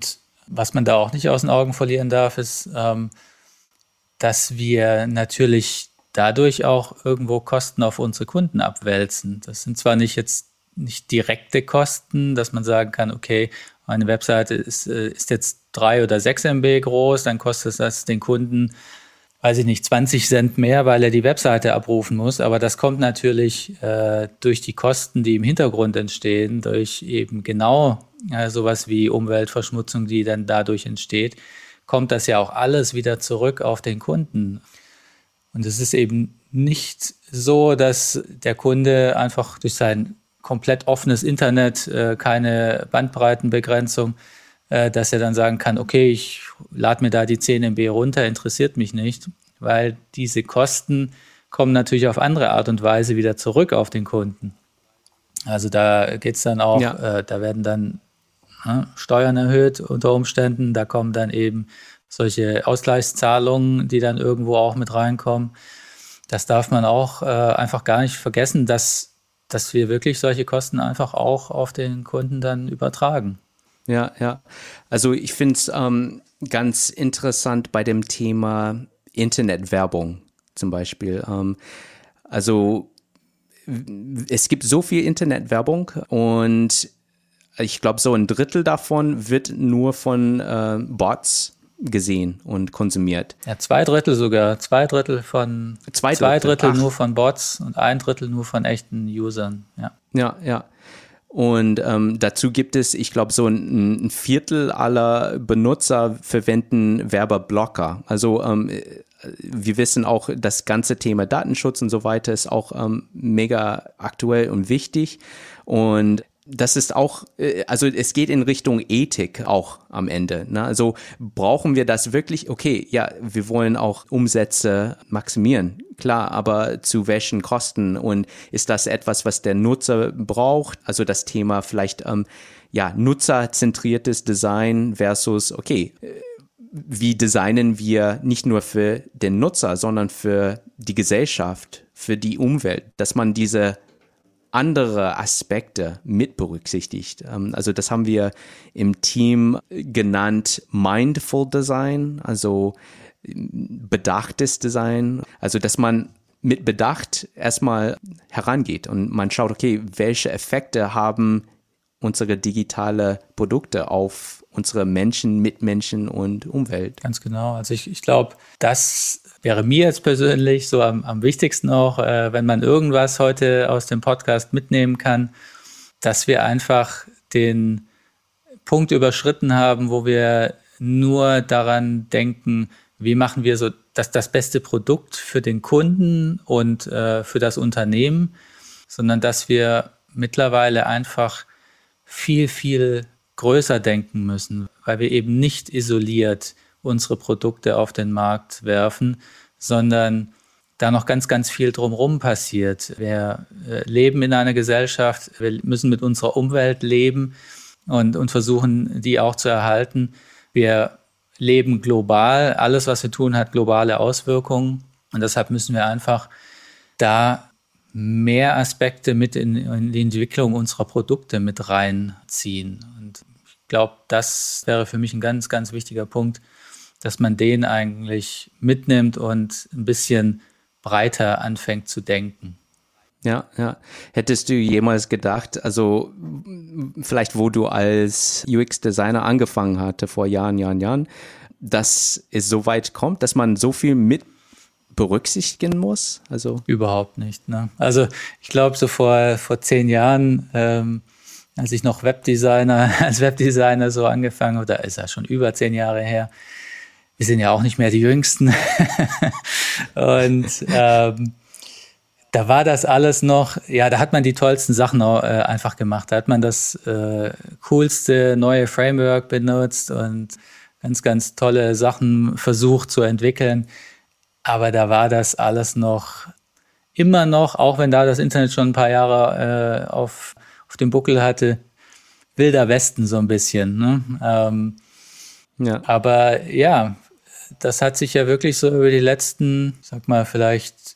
was man da auch nicht aus den Augen verlieren darf, ist, ähm, dass wir natürlich dadurch auch irgendwo Kosten auf unsere Kunden abwälzen. Das sind zwar nicht jetzt nicht direkte Kosten, dass man sagen kann, okay, meine Webseite ist, ist jetzt drei oder sechs Megabyte groß, dann kostet das den Kunden, weiß ich nicht, zwanzig Cent mehr, weil er die Webseite abrufen muss. Aber das kommt natürlich äh, durch die Kosten, die im Hintergrund entstehen, durch eben genau äh, sowas wie Umweltverschmutzung, die dann dadurch entsteht, kommt das ja auch alles wieder zurück auf den Kunden. Und es ist eben nicht so, dass der Kunde einfach durch sein komplett offenes Internet, äh, keine Bandbreitenbegrenzung, äh, dass er dann sagen kann, okay, ich lade mir da die zehn Megabyte runter, interessiert mich nicht, weil diese Kosten kommen natürlich auf andere Art und Weise wieder zurück auf den Kunden. Also da geht es dann auch, ja. äh, da werden dann äh, Steuern erhöht unter Umständen, da kommen dann eben solche Ausgleichszahlungen, die dann irgendwo auch mit reinkommen. Das darf man auch äh, einfach gar nicht vergessen, dass dass wir wirklich solche Kosten einfach auch auf den Kunden dann übertragen. Ja, ja. Also ich finde es ähm, ganz interessant bei dem Thema Internetwerbung zum Beispiel. Ähm, also es gibt so viel Internetwerbung und ich glaube, so ein Drittel davon wird nur von äh, Bots gesehen und konsumiert. Ja, zwei Drittel sogar. Zwei Drittel von zwei Drittel, zwei Drittel nur von Bots und ein Drittel nur von echten Usern. Ja, ja. ja. Und ähm, dazu gibt es, ich glaube, so ein, ein Viertel aller Benutzer verwenden Werbeblocker. Also ähm, wir wissen auch, das ganze Thema Datenschutz und so weiter ist auch ähm, mega aktuell und wichtig. Und das ist auch, also es geht in Richtung Ethik auch am Ende. Ne? Also brauchen wir das wirklich? Okay, ja, wir wollen auch Umsätze maximieren, klar, aber zu welchen Kosten? Und ist das etwas, was der Nutzer braucht? Also das Thema vielleicht, ähm, ja, nutzerzentriertes Design versus, okay, wie designen wir nicht nur für den Nutzer, sondern für die Gesellschaft, für die Umwelt, dass man diese andere Aspekte mit berücksichtigt. Also das haben wir im Team genannt Mindful Design, also bedachtes Design. Also dass man mit Bedacht erstmal herangeht und man schaut, okay, welche Effekte haben unsere digitale Produkte auf unsere Menschen, Mitmenschen und Umwelt. Ganz genau. Also ich, ich glaube, das wäre mir jetzt persönlich so am, am wichtigsten auch, äh, wenn man irgendwas heute aus dem Podcast mitnehmen kann, dass wir einfach den Punkt überschritten haben, wo wir nur daran denken, wie machen wir so das, das beste Produkt für den Kunden und äh, für das Unternehmen, sondern dass wir mittlerweile einfach viel, viel größer denken müssen, weil wir eben nicht isoliert unsere Produkte auf den Markt werfen, sondern da noch ganz, ganz viel drumherum passiert. Wir äh, leben in einer Gesellschaft, wir müssen mit unserer Umwelt leben und, und versuchen, die auch zu erhalten. Wir leben global, alles, was wir tun, hat globale Auswirkungen und deshalb müssen wir einfach da mehr Aspekte mit in, in die Entwicklung unserer Produkte mit reinziehen. Und ich glaube, das wäre für mich ein ganz, ganz wichtiger Punkt, dass man den eigentlich mitnimmt und ein bisschen breiter anfängt zu denken. Ja, ja. Hättest du jemals gedacht, also vielleicht wo du als U X-Designer angefangen hatte vor Jahren, Jahren, Jahren, dass es so weit kommt, dass man so viel mit berücksichtigen muss? Also überhaupt nicht. Ne? Also ich glaube, so vor, vor zehn Jahren, ähm, als ich noch Webdesigner, als Webdesigner so angefangen habe, da ist ja schon über zehn Jahre her, wir sind ja auch nicht mehr die Jüngsten. Und ähm, da war das alles noch, ja, da hat man die tollsten Sachen auch, äh, einfach gemacht. Da hat man das äh, coolste neue Framework benutzt und ganz, ganz tolle Sachen versucht zu entwickeln. Aber da war das alles noch, immer noch, auch wenn da das Internet schon ein paar Jahre äh, auf, auf dem Buckel hatte, wilder Westen so ein bisschen. Ne? Ähm, ja. Aber ja, das hat sich ja wirklich so über die letzten, sag mal, vielleicht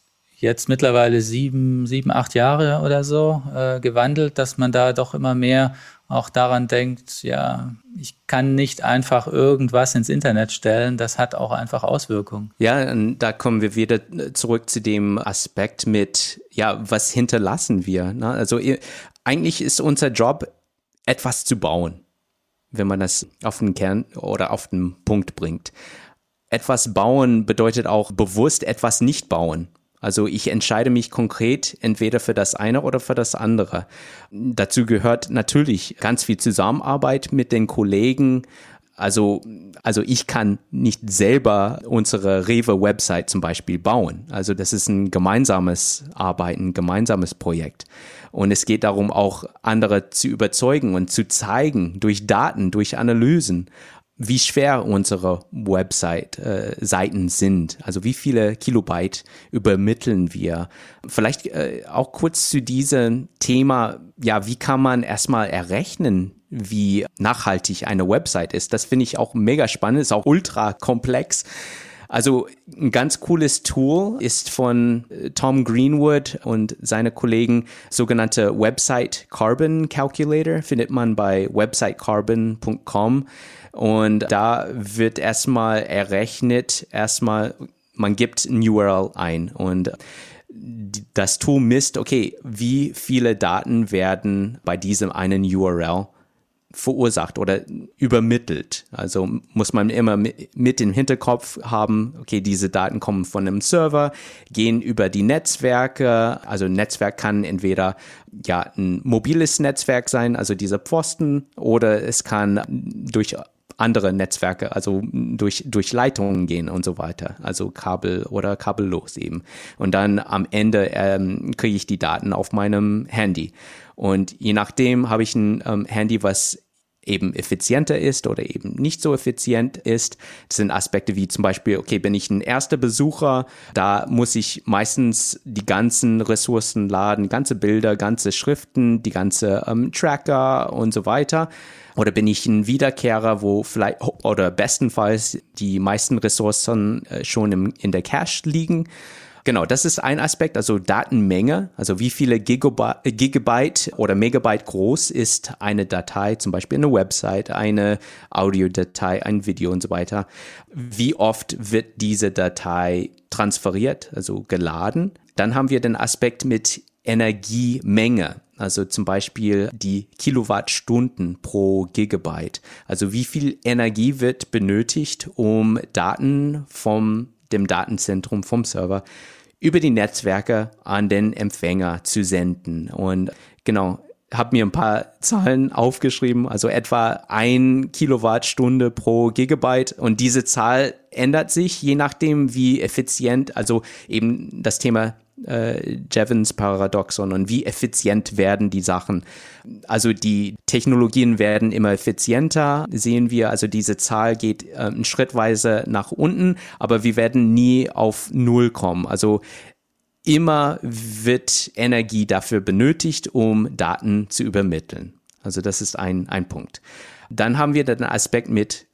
jetzt mittlerweile sieben, sieben, acht Jahre oder so äh, gewandelt, dass man da doch immer mehr auch daran denkt, ja, ich kann nicht einfach irgendwas ins Internet stellen, das hat auch einfach Auswirkungen. Ja, und da kommen wir wieder zurück zu dem Aspekt mit, ja, was hinterlassen wir? Ne? Also eigentlich ist unser Job, etwas zu bauen, wenn man das auf den Kern oder auf den Punkt bringt. Etwas bauen bedeutet auch bewusst etwas nicht bauen. Also ich entscheide mich konkret entweder für das eine oder für das andere. Dazu gehört natürlich ganz viel Zusammenarbeit mit den Kollegen. Also, also ich kann nicht selber unsere Rewe-Website zum Beispiel bauen. Also das ist ein gemeinsames Arbeiten, ein gemeinsames Projekt. Und es geht darum, auch andere zu überzeugen und zu zeigen durch Daten, durch Analysen, wie schwer unsere Website-Seiten äh, sind. Also wie viele Kilobyte übermitteln wir. Vielleicht äh, auch kurz zu diesem Thema, ja, wie kann man erstmal errechnen, wie nachhaltig eine Website ist. Das finde ich auch mega spannend, ist auch ultra komplex. Also ein ganz cooles Tool ist von Tom Greenwood und seine Kollegen, sogenannte Website Carbon Calculator, findet man bei website carbon punkt com. Und da wird erstmal errechnet, erstmal, man gibt ein U R L ein und das Tool misst, okay, wie viele Daten werden bei diesem einen U R L verursacht oder übermittelt. Also muss man immer mit im Hinterkopf haben, okay, diese Daten kommen von einem Server, gehen über die Netzwerke. Also ein Netzwerk kann entweder ja ein mobiles Netzwerk sein, also dieser Pfosten, oder es kann durch andere Netzwerke, also durch, durch Leitungen gehen und so weiter, also Kabel oder kabellos eben. Und dann am Ende ähm, kriege ich die Daten auf meinem Handy. Und je nachdem habe ich ein ähm, Handy, was eben effizienter ist oder eben nicht so effizient ist. Das sind Aspekte wie zum Beispiel, okay, bin ich ein erster Besucher, da muss ich meistens die ganzen Ressourcen laden, ganze Bilder, ganze Schriften, die ganze ähm, Tracker und so weiter. Oder bin ich ein Wiederkehrer, wo vielleicht oder bestenfalls die meisten Ressourcen äh, schon im, in der Cache liegen. Genau, das ist ein Aspekt, also Datenmenge, also wie viele Gigabyte, Gigabyte oder Megabyte groß ist eine Datei, zum Beispiel eine Website, eine Audiodatei, ein Video und so weiter. Wie oft wird diese Datei transferiert, also geladen? Dann haben wir den Aspekt mit Energiemenge, also zum Beispiel die Kilowattstunden pro Gigabyte. Also wie viel Energie wird benötigt, um Daten vom dem Datenzentrum vom Server über die Netzwerke an den Empfänger zu senden. Und genau, habe mir ein paar Zahlen aufgeschrieben, also etwa ein Kilowattstunde pro Gigabyte. Und diese Zahl ändert sich, je nachdem, wie effizient, also eben das Thema äh, Jevons Paradoxon und wie effizient werden die Sachen. Also die Technologien werden immer effizienter, sehen wir. Also diese Zahl geht äh, schrittweise nach unten, aber wir werden nie auf Null kommen. Also immer wird Energie dafür benötigt, um Daten zu übermitteln. Also das ist ein, ein Punkt. Dann haben wir den Aspekt mit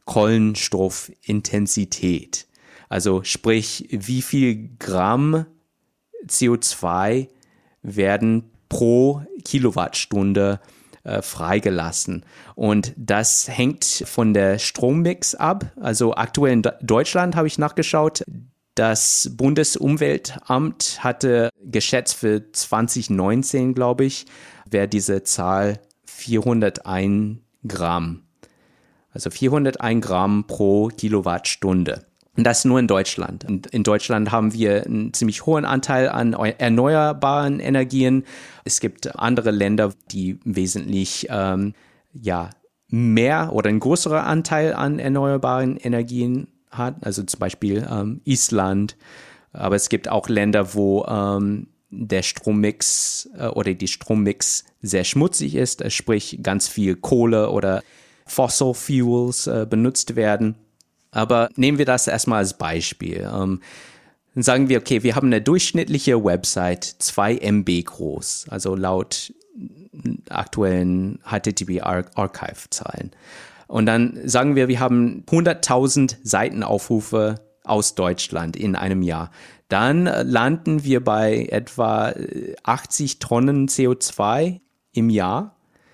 Kohlenstoffintensität. Also sprich, wie viel Gramm C O zwei werden pro Kilowattstunde äh, freigelassen. Und das hängt von der Strommix ab. Also aktuell in Deutschland habe ich nachgeschaut. Das Bundesumweltamt hatte geschätzt für zwanzig neunzehn, glaube ich, wäre diese Zahl vierhunderteins Gramm. Also vierhunderteins Gramm pro Kilowattstunde. Und das nur in Deutschland. Und in Deutschland haben wir einen ziemlich hohen Anteil an erneuerbaren Energien. Es gibt andere Länder, die wesentlich ähm, ja, mehr oder einen größeren Anteil an erneuerbaren Energien hat. Also zum Beispiel ähm, Island. Aber es gibt auch Länder, wo ähm, der Strommix äh, oder die Strommix sehr schmutzig ist, äh, sprich ganz viel Kohle oder Fossil Fuels äh, benutzt werden. Aber nehmen wir das erstmal als Beispiel. Ähm, dann sagen wir, okay, wir haben eine durchschnittliche Website, zwei Megabyte groß, also laut aktuellen H T T P Archive-Zahlen. Und dann sagen wir, wir haben hunderttausend Seitenaufrufe aus Deutschland in einem Jahr, dann landen wir bei etwa achtzig Tonnen C O zwei im Jahr.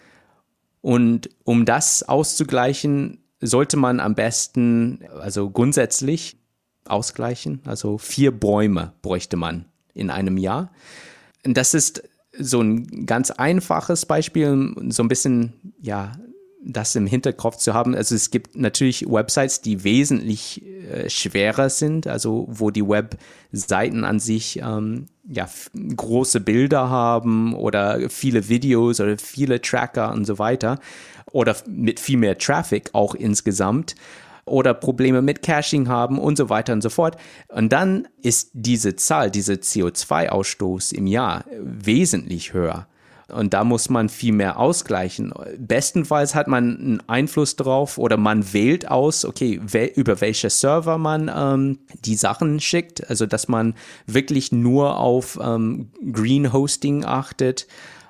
Und um das auszugleichen, sollte man am besten, also grundsätzlich ausgleichen, also vier Bäume bräuchte man in einem Jahr. Und das ist so ein ganz einfaches Beispiel, so ein bisschen, ja, das im Hinterkopf zu haben. Also es gibt natürlich Websites, die wesentlich äh, schwerer sind, also wo die Webseiten an sich ähm, ja, f- große Bilder haben oder viele Videos oder viele Tracker und so weiter oder f- mit viel mehr Traffic auch insgesamt oder Probleme mit Caching haben und so weiter und so fort. Und dann ist diese Zahl, diese C O zwei Ausstoß im Jahr wesentlich höher. Und da muss man viel mehr ausgleichen. Bestenfalls hat man einen Einfluss drauf oder man wählt aus, okay, wel- über welche Server man ähm, die Sachen schickt. Also, dass man wirklich nur auf ähm, Green Hosting achtet.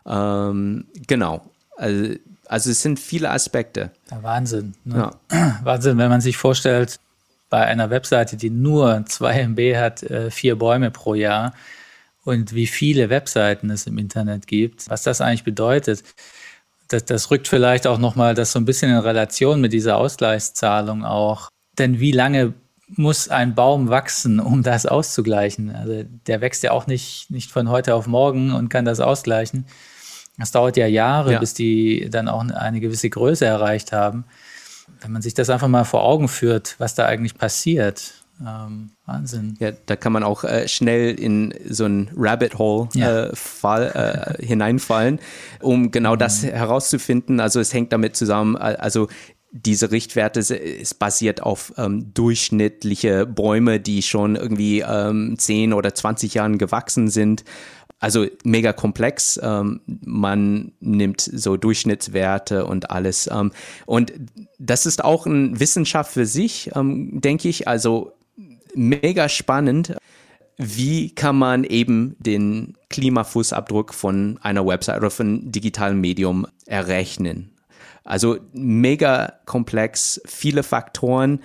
Ähm, genau. Also, also, es sind viele Aspekte. Ja, Wahnsinn. Ne? Ja. Wahnsinn, wenn man sich vorstellt, bei einer Webseite, die nur zwei Megabyte hat, äh, vier Bäume pro Jahr. Und wie viele Webseiten es im Internet gibt, was das eigentlich bedeutet. Das, das rückt vielleicht auch nochmal das so ein bisschen in Relation mit dieser Ausgleichszahlung auch. Denn wie lange muss ein Baum wachsen, um das auszugleichen? Also der wächst ja auch nicht, nicht von heute auf morgen und kann das ausgleichen. Das dauert ja Jahre, ja. bis die dann auch eine gewisse Größe erreicht haben. Wenn man sich das einfach mal vor Augen führt, was da eigentlich passiert. Ähm, Wahnsinn. Ja, da kann man auch äh, schnell in so ein Rabbit Hole ja. äh, Fall, äh, hineinfallen, um genau mhm. das herauszufinden. Also es hängt damit zusammen, also diese Richtwerte, es basiert auf ähm, durchschnittliche Bäume, die schon irgendwie ähm, zehn oder zwanzig Jahren gewachsen sind. Also mega komplex. Ähm, man nimmt so Durchschnittswerte und alles. Ähm, und das ist auch eine Wissenschaft für sich, ähm, denke ich. Also mega spannend. Wie kann man eben den Klimafußabdruck von einer Website oder von einem digitalen Medium errechnen? Also mega komplex, viele Faktoren.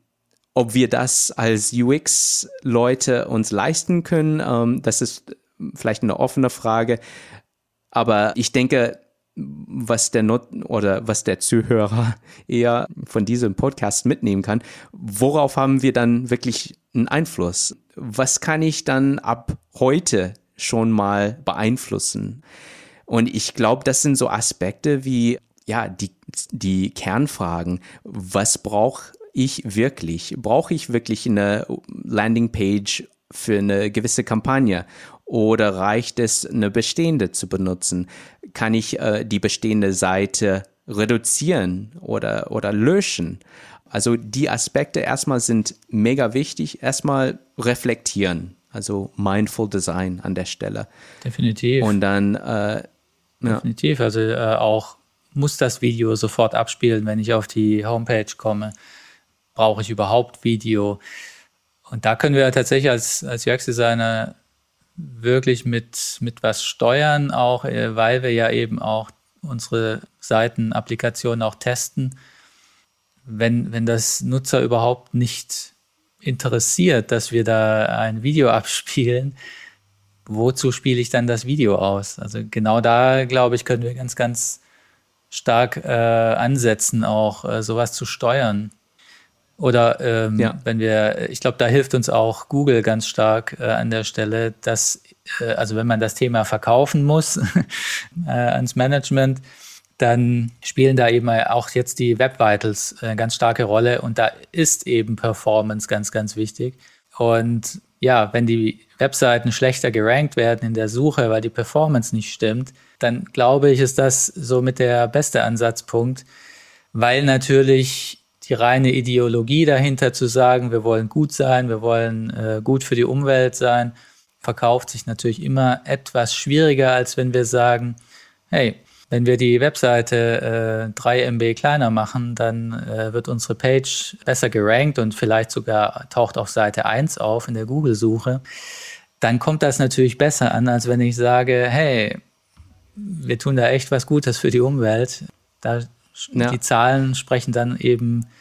Ob wir das als U X-Leute uns leisten können, ähm, das ist vielleicht eine offene Frage. Aber ich denke, was der Not oder was der Zuhörer eher von diesem Podcast mitnehmen kann, worauf haben wir dann wirklich einen Einfluss? Was kann ich dann ab heute schon mal beeinflussen? Und ich glaube, das sind so Aspekte wie, ja, die, die Kernfragen. Was brauche ich wirklich? Brauche ich wirklich eine Landingpage für eine gewisse Kampagne? Oder reicht es, eine bestehende zu benutzen? Kann ich äh, die bestehende Seite reduzieren oder, oder löschen? Also die Aspekte erstmal sind mega wichtig. Erstmal reflektieren, also Mindful Design an der Stelle. Definitiv. Und dann, äh, ja. Definitiv, also äh, auch muss das Video sofort abspielen, wenn ich auf die Homepage komme? Brauche ich überhaupt Video? Und da können wir tatsächlich als, als U X-Designer wirklich mit, mit was steuern, auch weil wir ja eben auch unsere Seiten, Applikationen auch testen. Wenn, wenn das Nutzer überhaupt nicht interessiert, dass wir da ein Video abspielen, wozu spiele ich dann das Video aus? Also genau da, glaube ich, können wir ganz, ganz stark äh, ansetzen, auch äh, sowas zu steuern. Oder ähm, ja. wenn wir, ich glaube, da hilft uns auch Google ganz stark äh, an der Stelle, dass, äh, also wenn man das Thema verkaufen muss äh, ans Management, dann spielen da eben auch jetzt die Web Vitals eine ganz starke Rolle und da ist eben Performance ganz, ganz wichtig. Und ja, wenn die Webseiten schlechter gerankt werden in der Suche, weil die Performance nicht stimmt, dann glaube ich, ist das so mit der beste Ansatzpunkt, weil natürlich die reine Ideologie dahinter zu sagen, wir wollen gut sein, wir wollen äh, gut für die Umwelt sein, verkauft sich natürlich immer etwas schwieriger, als wenn wir sagen, hey, wenn wir die Webseite äh, drei Megabyte kleiner machen, dann äh, wird unsere Page besser gerankt und vielleicht sogar taucht auf Seite eins auf in der Google-Suche. Dann kommt das natürlich besser an, als wenn ich sage, hey, wir tun da echt was Gutes für die Umwelt. Da, ja. Die Zahlen sprechen dann eben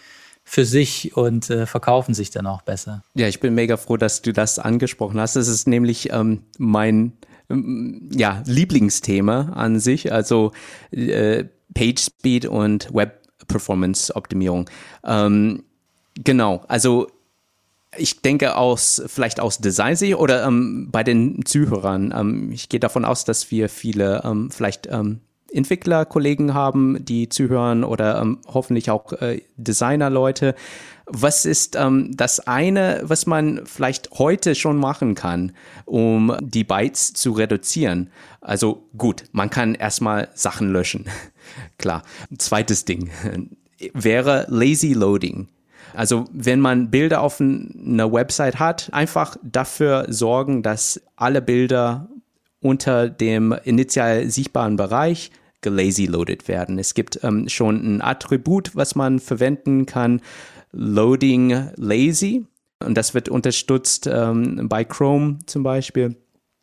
für sich und äh, verkaufen sich dann auch besser. Ja, ich bin mega froh, dass du das angesprochen hast. Das ist nämlich ähm, mein ähm, ja, Lieblingsthema an sich, also äh, Page Speed und Web Performance Optimierung. Ähm, genau, also ich denke aus, vielleicht aus Designsicht oder ähm, bei den Zuhörern. Ähm, ich gehe davon aus, dass wir viele ähm, vielleicht ähm, Entwicklerkollegen haben, die zuhören oder ähm, hoffentlich auch äh, Designerleute. Was ist ähm, das eine, was man vielleicht heute schon machen kann, um die Bytes zu reduzieren? Also gut, man kann erstmal Sachen löschen. Klar. Zweites Ding wäre Lazy Loading. Also wenn man Bilder auf einer Website hat, einfach dafür sorgen, dass alle Bilder unter dem initial sichtbaren Bereich gelazy-loaded werden. Es gibt ähm, schon ein Attribut, was man verwenden kann, Loading Lazy. Und das wird unterstützt ähm, bei Chrome zum Beispiel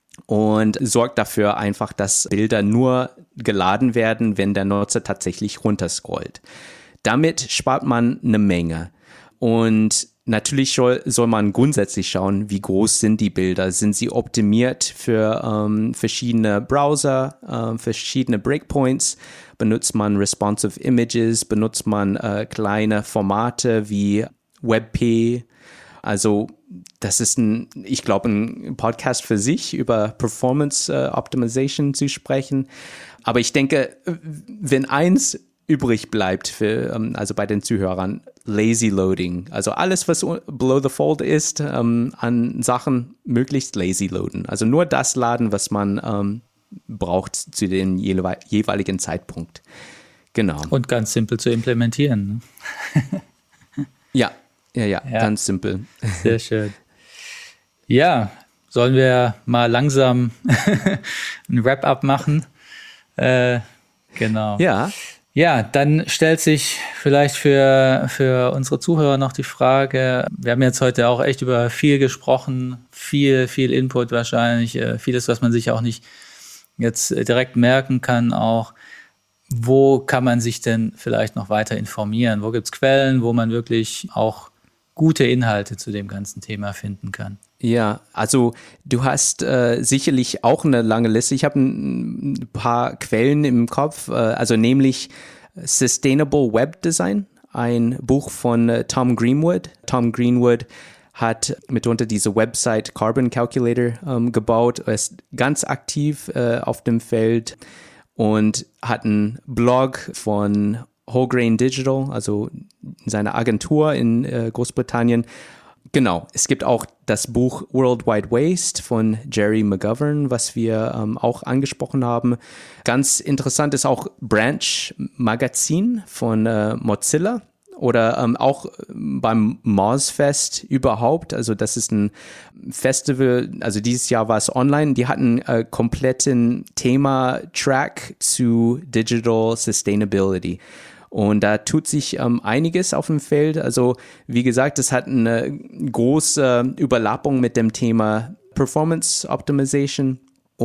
und sorgt dafür einfach, dass Bilder nur geladen werden, wenn der Nutzer tatsächlich runterscrollt. Damit spart man eine Menge. Und natürlich soll, soll man grundsätzlich schauen, wie groß sind die Bilder. Sind sie optimiert für ähm, verschiedene Browser, äh, verschiedene Breakpoints? Benutzt man responsive Images? Benutzt man äh, kleine Formate wie WebP? Also das ist ein, ich glaube, ein Podcast für sich, über Performance äh, Optimization zu sprechen. Aber ich denke, wenn eins übrig bleibt für, ähm, also bei den Zuhörern, Lazy Loading. Also alles, was below the fold ist, ähm, an Sachen möglichst lazy loaden. Also nur das laden, was man ähm, braucht zu dem jewe- jeweiligen Zeitpunkt. Genau. Und ganz simpel zu implementieren. Ne? ja, ja, ja, ja, ganz simpel. Sehr schön. Ja, sollen wir mal langsam ein Wrap-up machen? Äh, genau. Ja. Ja, dann stellt sich vielleicht für, für unsere Zuhörer noch die Frage, wir haben jetzt heute auch echt über viel gesprochen, viel, viel Input wahrscheinlich, vieles, was man sich auch nicht jetzt direkt merken kann auch. Wo kann man sich denn vielleicht noch weiter informieren? Wo gibt's Quellen, wo man wirklich auch gute Inhalte zu dem ganzen Thema finden kann? Ja, also du hast äh, sicherlich auch eine lange Liste. Ich habe ein, ein paar Quellen im Kopf, äh, also nämlich Sustainable Web Design, ein Buch von äh, Tom Greenwood. Tom Greenwood hat mitunter diese Website Carbon Calculator ähm, gebaut. Er ist ganz aktiv äh, auf dem Feld und hat einen Blog von Whole Grain Digital, also seine Agentur in äh, Großbritannien. Genau, es gibt auch das Buch World Wide Waste von Jerry McGovern, was wir ähm, auch angesprochen haben. Ganz interessant ist auch Branch Magazin von äh, Mozilla oder ähm, auch beim MozFest überhaupt. Also das ist ein Festival, also dieses Jahr war es online. Die hatten äh, kompletten Thema-Track zu Digital Sustainability. Und da tut sich ähm, einiges auf dem Feld. Also wie gesagt, es hat eine große Überlappung mit dem Thema Performance Optimization.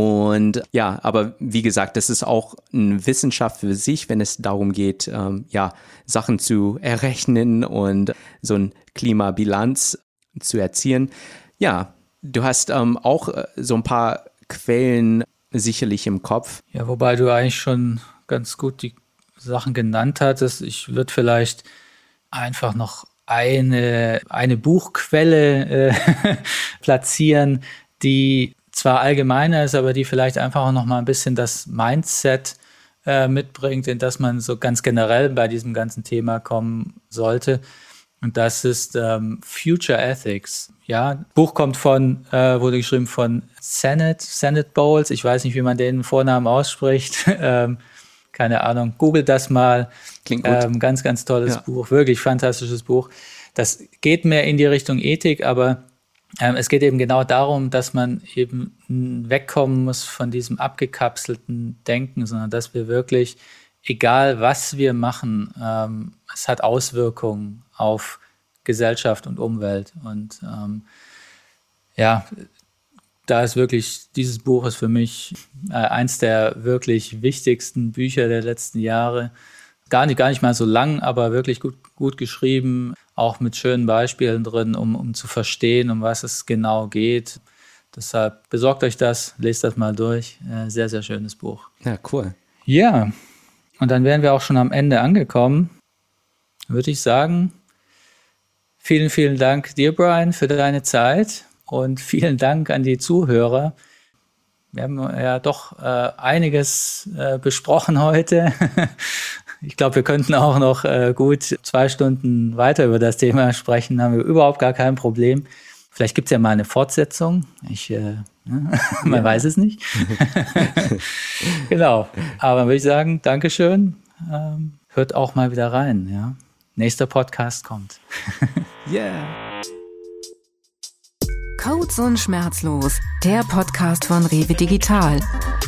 Und ja, aber wie gesagt, das ist auch eine Wissenschaft für sich, wenn es darum geht, ähm, ja, Sachen zu errechnen und so eine Klimabilanz zu erzielen. Ja, du hast ähm, auch so ein paar Quellen sicherlich im Kopf. Ja, wobei du eigentlich schon ganz gut die Sachen genannt hattest. Ich würde vielleicht einfach noch eine, eine Buchquelle äh, platzieren, die zwar allgemeiner ist, aber die vielleicht einfach auch noch mal ein bisschen das Mindset äh, mitbringt, in das man so ganz generell bei diesem ganzen Thema kommen sollte. Und das ist ähm, Future Ethics. Ja, Buch kommt von, äh, wurde geschrieben von Sennett, Sennett Bowles. Ich weiß nicht, wie man den Vornamen ausspricht. ähm, Keine Ahnung, googelt das mal. Klingt gut. Ähm, ganz, ganz tolles ja. Buch, wirklich fantastisches Buch. Das geht mehr in die Richtung Ethik, aber ähm, es geht eben genau darum, dass man eben wegkommen muss von diesem abgekapselten Denken, sondern dass wir wirklich, egal was wir machen, ähm, es hat Auswirkungen auf Gesellschaft und Umwelt. Und ähm, ja, da ist wirklich, dieses Buch ist für mich äh, eins der wirklich wichtigsten Bücher der letzten Jahre. Gar nicht, gar nicht mal so lang, aber wirklich gut, gut geschrieben, auch mit schönen Beispielen drin, um, um zu verstehen, um was es genau geht. Deshalb besorgt euch das, lest das mal durch. Äh, sehr, sehr schönes Buch. Ja, cool. Ja, und dann wären wir auch schon am Ende angekommen. Würde ich sagen, vielen, vielen Dank dir, Brian, für deine Zeit und vielen Dank an die Zuhörer. Wir haben ja doch äh, einiges äh, besprochen heute. Ich glaube, wir könnten auch noch äh, gut zwei Stunden weiter über das Thema sprechen, haben wir überhaupt gar kein Problem. Vielleicht gibt es ja mal eine Fortsetzung. Ich, äh, man ja. weiß es nicht. Genau. Aber dann würde ich sagen, Dankeschön. Ähm, hört auch mal wieder rein. Ja. Nächster Podcast kommt. Yeah. Codes und Schmerzlos, der Podcast von Rewe Digital.